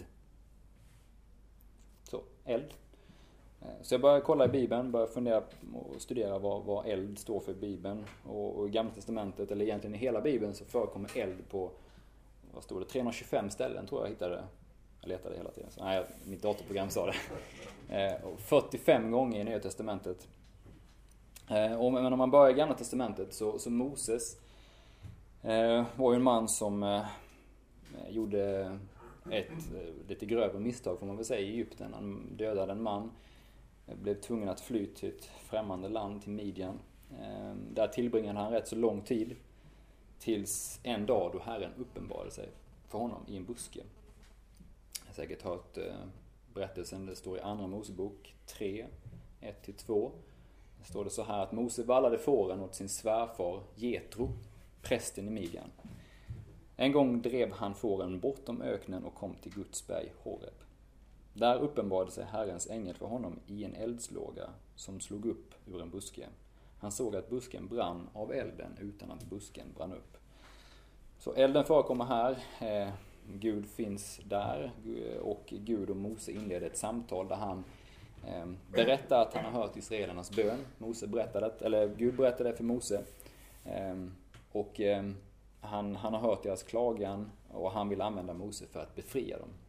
A: Så, eld. Så jag började kolla i Bibeln, började fundera och studera vad eld står för i Bibeln. Och i Gamla testamentet, eller egentligen i hela Bibeln, så förekommer eld på, 325 ställen tror jag hittade. Jag letade hela tiden, så nej, mitt datorprogram sa det. Och 45 gånger i Nya testamentet. Men om man börjar i Gamla testamentet så Moses var ju en man som gjorde ett lite grövre misstag får man väl säga i Egypten. Han dödade en man, blev tvungen att fly till ett främmande land, till Midjan. Där tillbringade han rätt så lång tid tills en dag då Herren uppenbarade sig för honom i en buske. Jag har säkert hört berättelsen, det står i Andra Mosebok 3, 1-2. Det står det så här att Mose vallade fåren åt sin svärfar Jetro, prästen i Midjan. En gång drev han fåren bortom öknen och kom till Guds berg Horeb. Där uppenbarade sig Herrens ängel för honom i en eldslåga som slog upp ur en buske. Han såg att busken brann av elden utan att busken brann upp. Så elden förekommer här. Gud finns där och Gud och Mose inleder ett samtal där han berättar att han har hört israelernas bön. Gud berättade det för Mose. Och han har hört deras klagan och han vill använda Mose för att befria dem.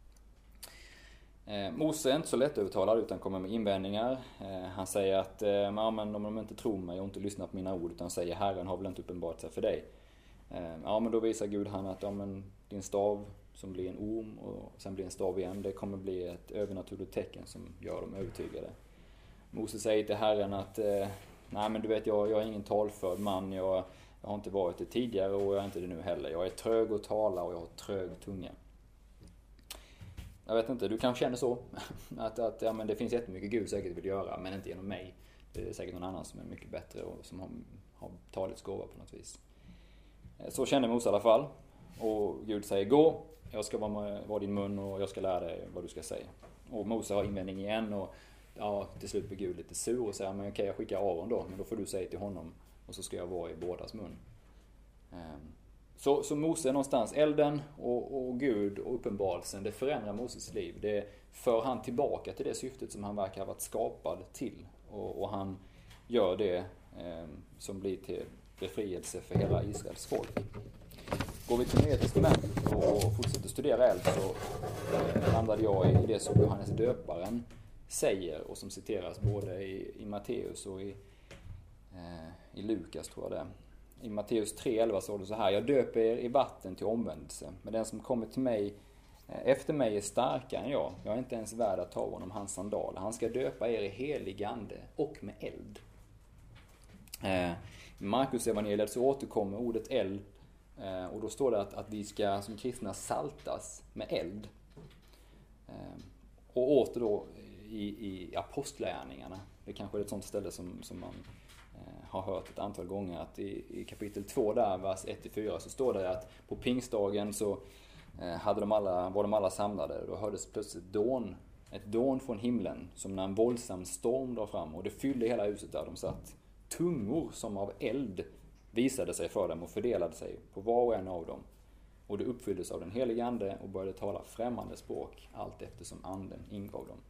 A: Mose är inte så lätt övertalad utan kommer med invändningar. Han säger att men om de inte tror mig och inte lyssnar på mina ord utan säger Herren har väl inte uppenbarat sig för dig. Men då visar Gud han att din stav som blir en orm och sen blir en stav igen, det kommer bli ett övernaturligt tecken som gör dem övertygade. Mose säger till Herren att nej men du vet jag är ingen talförd man, jag har inte varit det tidigare och jag är inte det nu heller. Jag är trög att tala och jag har trög tunga. Jag vet inte, du kanske känner så att det finns jättemycket Gud säkert vill göra men inte genom mig. Det är säkert någon annan som är mycket bättre och som har talets gåva på något vis. Så känner Mose i alla fall. Och Gud säger gå, jag ska vara din mun och jag ska lära dig vad du ska säga. Och Mose har invändning igen och till slut blir Gud lite sur och säger men okej, jag skickar Aron då, men då får du säga till honom och så ska jag vara i bådas mun. Så Mose är någonstans, elden och Gud och uppenbarelsen, det förändrar Moses liv. Det för han tillbaka till det syftet som han verkar ha varit skapad till. Och han gör det som blir till befrielse för hela Israels folk. Går vi till Nya testamentet och fortsätter studera eld så landade jag i det som Johannes döparen säger och som citeras både i Matteus och i Lukas tror jag det. I Matteus 3:11 står det så här: jag döper er i vatten till omvändelse, men den som kommer till mig efter mig är starkare än jag. Jag är inte ens värd att ta honom hans sandaler. Han ska döpa er i helig ande och med eld. I Markus evangeliet så återkommer ordet eld. Och då står det att vi ska som kristna saltas med eld. Och åter då i apostlagärningarna. Det kanske är ett sånt ställe som man har hört ett antal gånger. Att i kapitel 2 där, vers 1-4, så står det att på pingstdagen så var de alla samlade. Då hördes plötsligt ett dån från himlen som när en våldsam storm drar fram. Och det fyllde hela huset där de satt. Tungor som av eld visade sig för dem och fördelade sig på var och en av dem. Och det uppfylldes av den helige ande och började tala främmande språk allt eftersom anden ingav dem.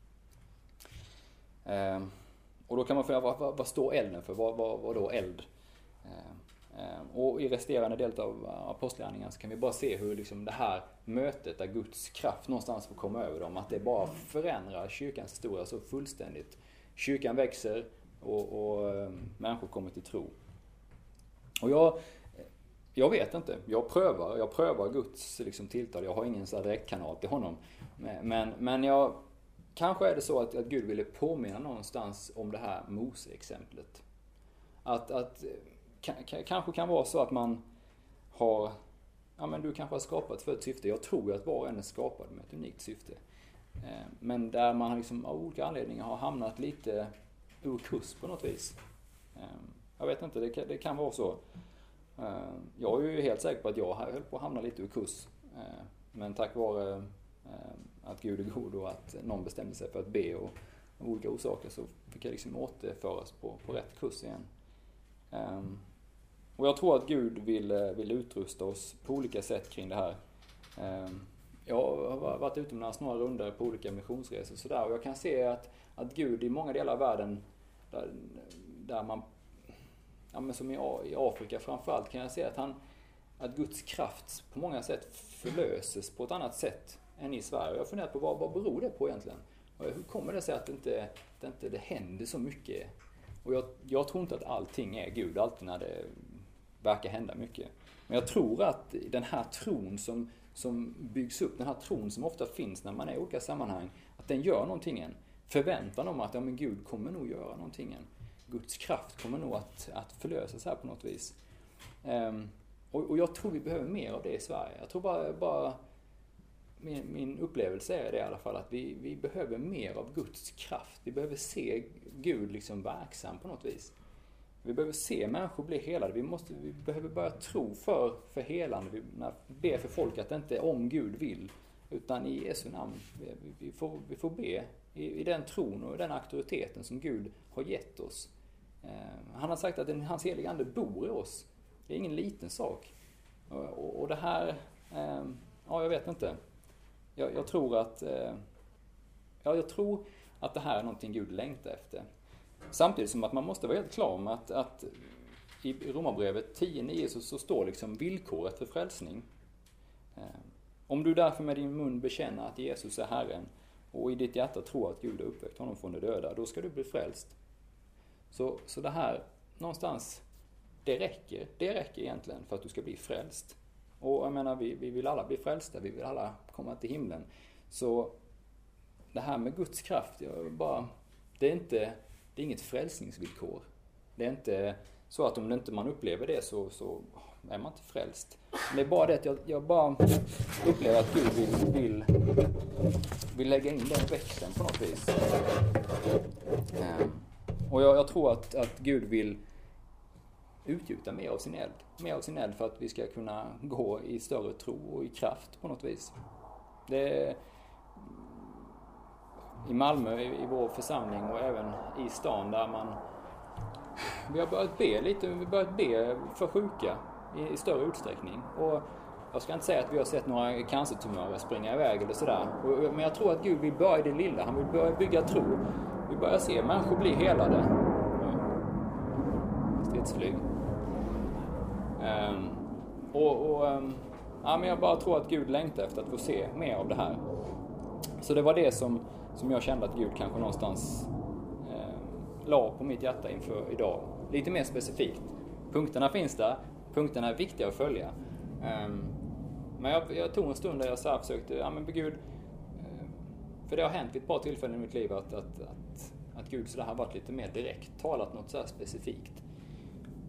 A: Och då kan man fråga, vad står elden för? Vad då eld? Och i resterande del av apostlagärningarna så kan vi bara se hur liksom det här mötet där Guds kraft någonstans får komma över dem, att det bara förändrar kyrkans historia så fullständigt. Kyrkan växer och människor kommer till tro. Och jag vet inte, jag prövar Guds liksom tilltal, jag har ingen så här direktkanal till honom. Men kanske är det så att Gud ville påminna någonstans om det här Mose-exemplet. Att kanske kan vara så att man har, du kanske har skapat för ett syfte. Jag tror ju att var och en är skapad med ett unikt syfte. Men där man liksom av olika anledningar har hamnat lite ur kurs på något vis. Jag vet inte, det kan vara så. Jag är ju helt säker på att jag höll på att hamna lite ur kurs. Men tack vare att Gud är god och att någon bestämde sig för att be och av olika orsaker så fick jag liksom återföras på rätt kurs igen. Och jag tror att Gud vill utrusta oss på olika sätt kring det här. Jag har varit utomlands några runder på olika missionsresor och sådär, och jag kan se att Gud i många delar av världen där man, men som i Afrika framförallt, kan jag se att Guds kraft på många sätt förlöses på ett annat sätt än i Sverige. Jag har funderat på vad beror det på egentligen? Och hur kommer det sig att det inte händer så mycket? Och jag tror inte att allting är Gud alltid när det verkar hända mycket. Men jag tror att den här tron som byggs upp, den här tron som ofta finns när man är i olika sammanhang, att den gör någonting. Förväntan om att Gud kommer nog göra någonting. Guds kraft kommer nog att förlösas här på något vis. Och jag tror vi behöver mer av det i Sverige. Jag tror bara min upplevelse är det i alla fall, att vi behöver mer av Guds kraft. Vi behöver se Gud liksom verksam på något vis. Vi behöver se människor bli helade. Vi behöver börja tro för helande. Vi ber för folk att det inte är om Gud vill, utan i Jesu namn. Vi får be i den tron och den auktoriteten som Gud har gett oss. Han har sagt att hans heliga ande bor i oss. Det är ingen liten sak. Och det här, jag vet inte. Jag tror att det här är någonting Gud längtar efter. Samtidigt som att man måste vara helt klar om att i Romarbrevet 10:9 så står liksom villkoret för frälsning. Om du därför med din mun bekänner att Jesus är Herren och i ditt hjärta tror att Gud har uppväckt honom från de döda, då ska du bli frälst. Så det här någonstans, det räcker egentligen för att du ska bli frälst. Och jag menar, vi vill alla bli frälsta, vi vill alla komma till himlen. Så det här med Guds kraft, det är inget frälsningsvillkor. Det är inte så att om inte man upplever det så är man inte frälst. Men det är bara det att jag bara upplever att Gud vill lägga in den växeln på något vis. Och jag tror att Gud vill utgjuta mer av sin eld för att vi ska kunna gå i större tro och i kraft på något vis. I Malmö, i vår församling och även i stan där vi har börjat be för sjuka i större utsträckning. Och jag ska inte säga att vi har sett några cancertumörer springa iväg eller sådär. Men jag tror att Gud vill börja i det lilla. Han vill börja bygga tro. Vi börjar se människor bli helade. Stridsflyg. Men jag bara tror att Gud längtar efter att få se mer av det här. Så det var det som jag kände att Gud kanske någonstans la på mitt hjärta inför idag. Lite mer specifikt. Punkterna finns där. Punkterna är viktiga att följa. Men jag tog en stund där jag så här försökte, men Gud, för det har hänt vid ett par tillfällen i mitt liv att Gud så där har varit lite mer direkt, talat något så här specifikt.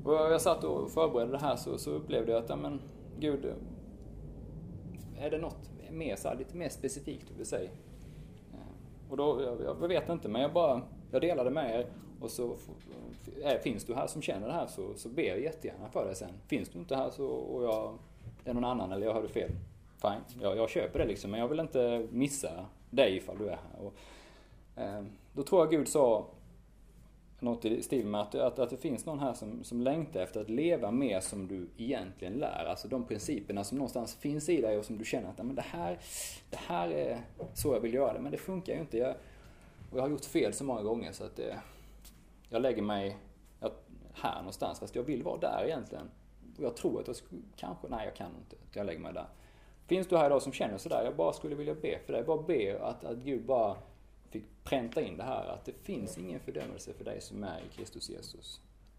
A: Och jag satt och förberedde det här så upplevde jag att, ja men Gud, är det något mer så här, lite mer specifikt du vill säga? Och då, jag vet inte, men jag delade med er. Och så finns du här som känner det här så ber jag jättegärna för dig sen. Finns du inte här så, och jag är någon annan eller jag hörde fel, fine, jag köper det liksom. Men jag vill inte missa dig ifall du är här. Och, då tror jag Gud sa något i stil med att det finns någon här som längtar efter att leva mer som du egentligen lär. Alltså de principerna som någonstans finns i dig och som du känner att men det här är så jag vill göra det. Men det funkar ju inte. Och jag har gjort fel så många gånger så att jag lägger mig här någonstans. Fast jag vill vara där egentligen. Och jag tror att jag kan inte. Jag lägger mig där. Finns du här idag som känner sådär? Jag bara skulle vilja be för dig. Jag bara ber att Gud bara fick pränta in det här. Att det finns ingen fördömelse för dig som är i Kristus Jesus.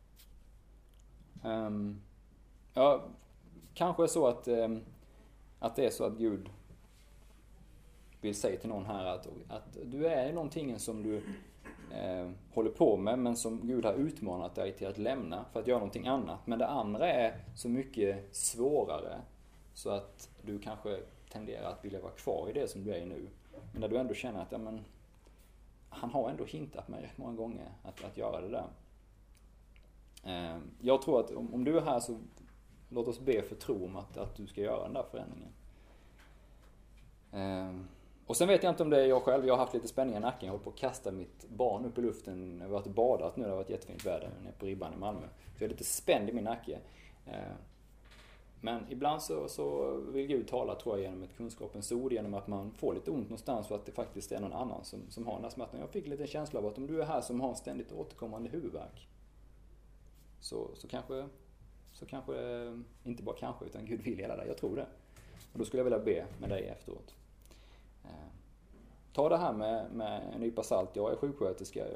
A: Kanske är så att det är så att Gud vill säga till någon här att du är någonting som du håller på med, men som Gud har utmanat dig till att lämna för att göra någonting annat. Men det andra är så mycket svårare så att du kanske tenderar att vilja vara kvar i det som du är i nu. Men när du ändå känner att han har ändå hintat mig rätt många gånger att göra det där. Jag tror att om du är här så låt oss be för tro om att du ska göra den där förändringen. Och sen vet jag inte om det är jag själv. Jag har haft lite spänning i nacken. Jag håller på att kasta mitt barn upp i luften. Jag har varit badat nu. Det har varit jättefint väder nere på Ribban i Malmö. Så jag är lite spänd i min nacke. Men ibland så vill Gud tala, tror jag, genom ett kunskapens ord. Genom att man får lite ont någonstans för att det faktiskt är någon annan som har den här smärtan. Jag fick lite känsla av att om du är här som har en ständigt återkommande huvudvärk. Så kanske, inte bara kanske, utan Gud vill hela det. Jag tror det. Och då skulle jag vilja be med dig efteråt. Ta det här med en nypa salt. Jag är sjuksköterska.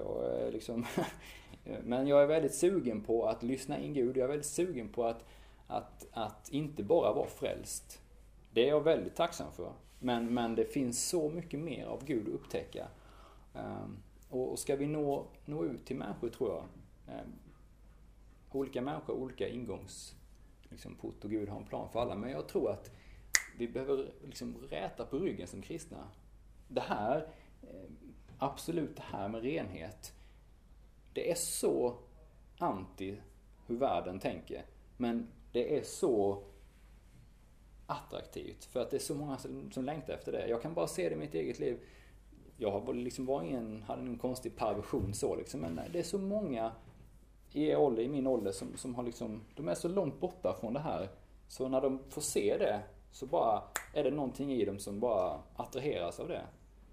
A: Men jag är väldigt sugen på att lyssna in Gud. Jag är väldigt sugen på att inte bara vara frälst. Det är jag väldigt tacksam för. Men det finns så mycket mer av Gud att upptäcka. Och ska vi nå ut till människor, tror jag. Olika människor, olika ingångsport, och Gud har en plan för alla. Men jag tror att vi behöver räta på ryggen som kristna. Det här, absolut det här med renhet, det är så anti hur världen tänker. Men det är så attraktivt för att det är så många som längtar efter det. Jag kan bara se det i mitt eget liv. Jag har hade en konstig perversion så men det är så många i min ålder som har de är så långt borta från det här. Så när de får se det så bara är det någonting i dem som bara attraheras av det.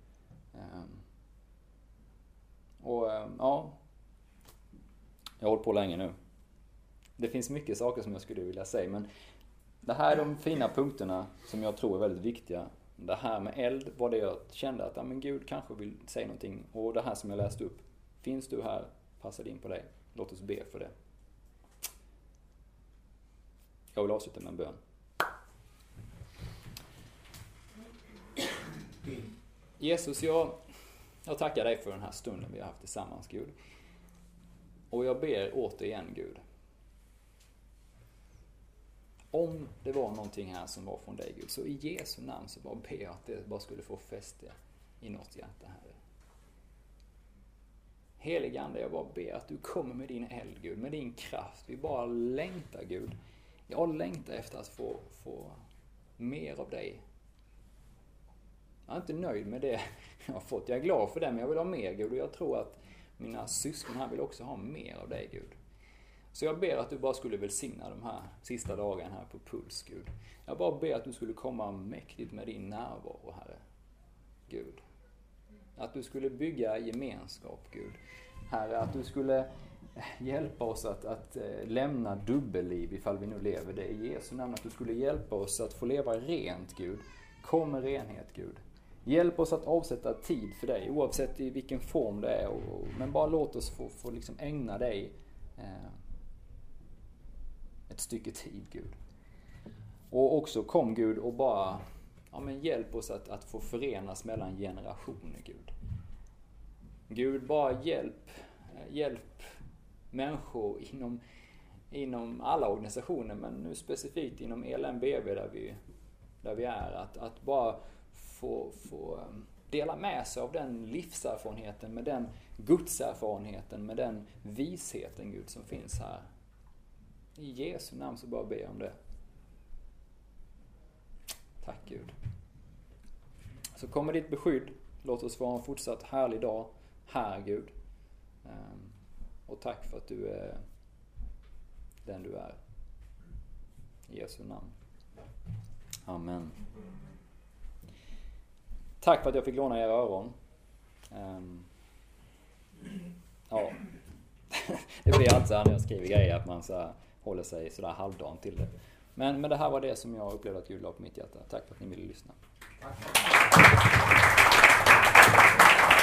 A: Jag har hållit på länge nu. Det finns mycket saker som jag skulle vilja säga, men det här är de fina punkterna som jag tror är väldigt viktiga. Det här med eld var det jag kände att men Gud kanske vill säga någonting. Och det här som jag läste upp. Finns du här, passar det in på dig. Låt oss be för det. Jag vill avsluta med en bön. Jesus, jag tackar dig för den här stunden vi har haft tillsammans, Gud. Och jag ber återigen, Gud. Om det var någonting här som var från dig, Gud, så i Jesu namn så bara ber jag att det bara skulle få fäste i något hjärta här. Helige Ande, jag bara ber att du kommer med din eld, Gud, med din kraft. Vi bara längtar, Gud. Jag längtar efter att få mer av dig. Jag är inte nöjd med det jag har fått. Jag är glad för det, men jag vill ha mer, Gud. Och jag tror att mina syskon här vill också ha mer av dig, Gud. Så jag ber att du bara skulle välsigna de här sista dagarna här på Puls, Gud. Jag bara ber att du skulle komma mäktigt med din närvaro, Herre. Gud. Att du skulle bygga gemenskap, Gud. Herre, att du skulle hjälpa oss att lämna dubbelliv ifall vi nu lever det i Jesu namn. Att du skulle hjälpa oss att få leva rent, Gud. Kom med renhet, Gud. Hjälp oss att avsätta tid för dig, oavsett i vilken form det är. Men bara låt oss få ägna dig ett stycke tid, Gud. Och också kom, Gud, och bara hjälp oss att få förenas mellan generationer, Gud. Gud, bara hjälp människor inom alla organisationer, men nu specifikt inom ELM-BV där vi är. Att bara få dela med sig av den livserfarenheten, med den gudserfarenheten, med den visheten Gud som finns här. I Jesu namn så bara ber jag om det. Tack Gud. Så kommer ditt beskydd. Låt oss vara en fortsatt härlig dag här Gud. Och tack för att du är den du är. I Jesu namn. Amen. Tack för att jag fick låna era öron. Ja. Det blir alltid så här när jag skriver grejer att man så här håller sig sådär halvdan till det. Men det här var det som jag upplevde att Gud la på mitt hjärta. Tack för att ni ville lyssna.
B: Tack.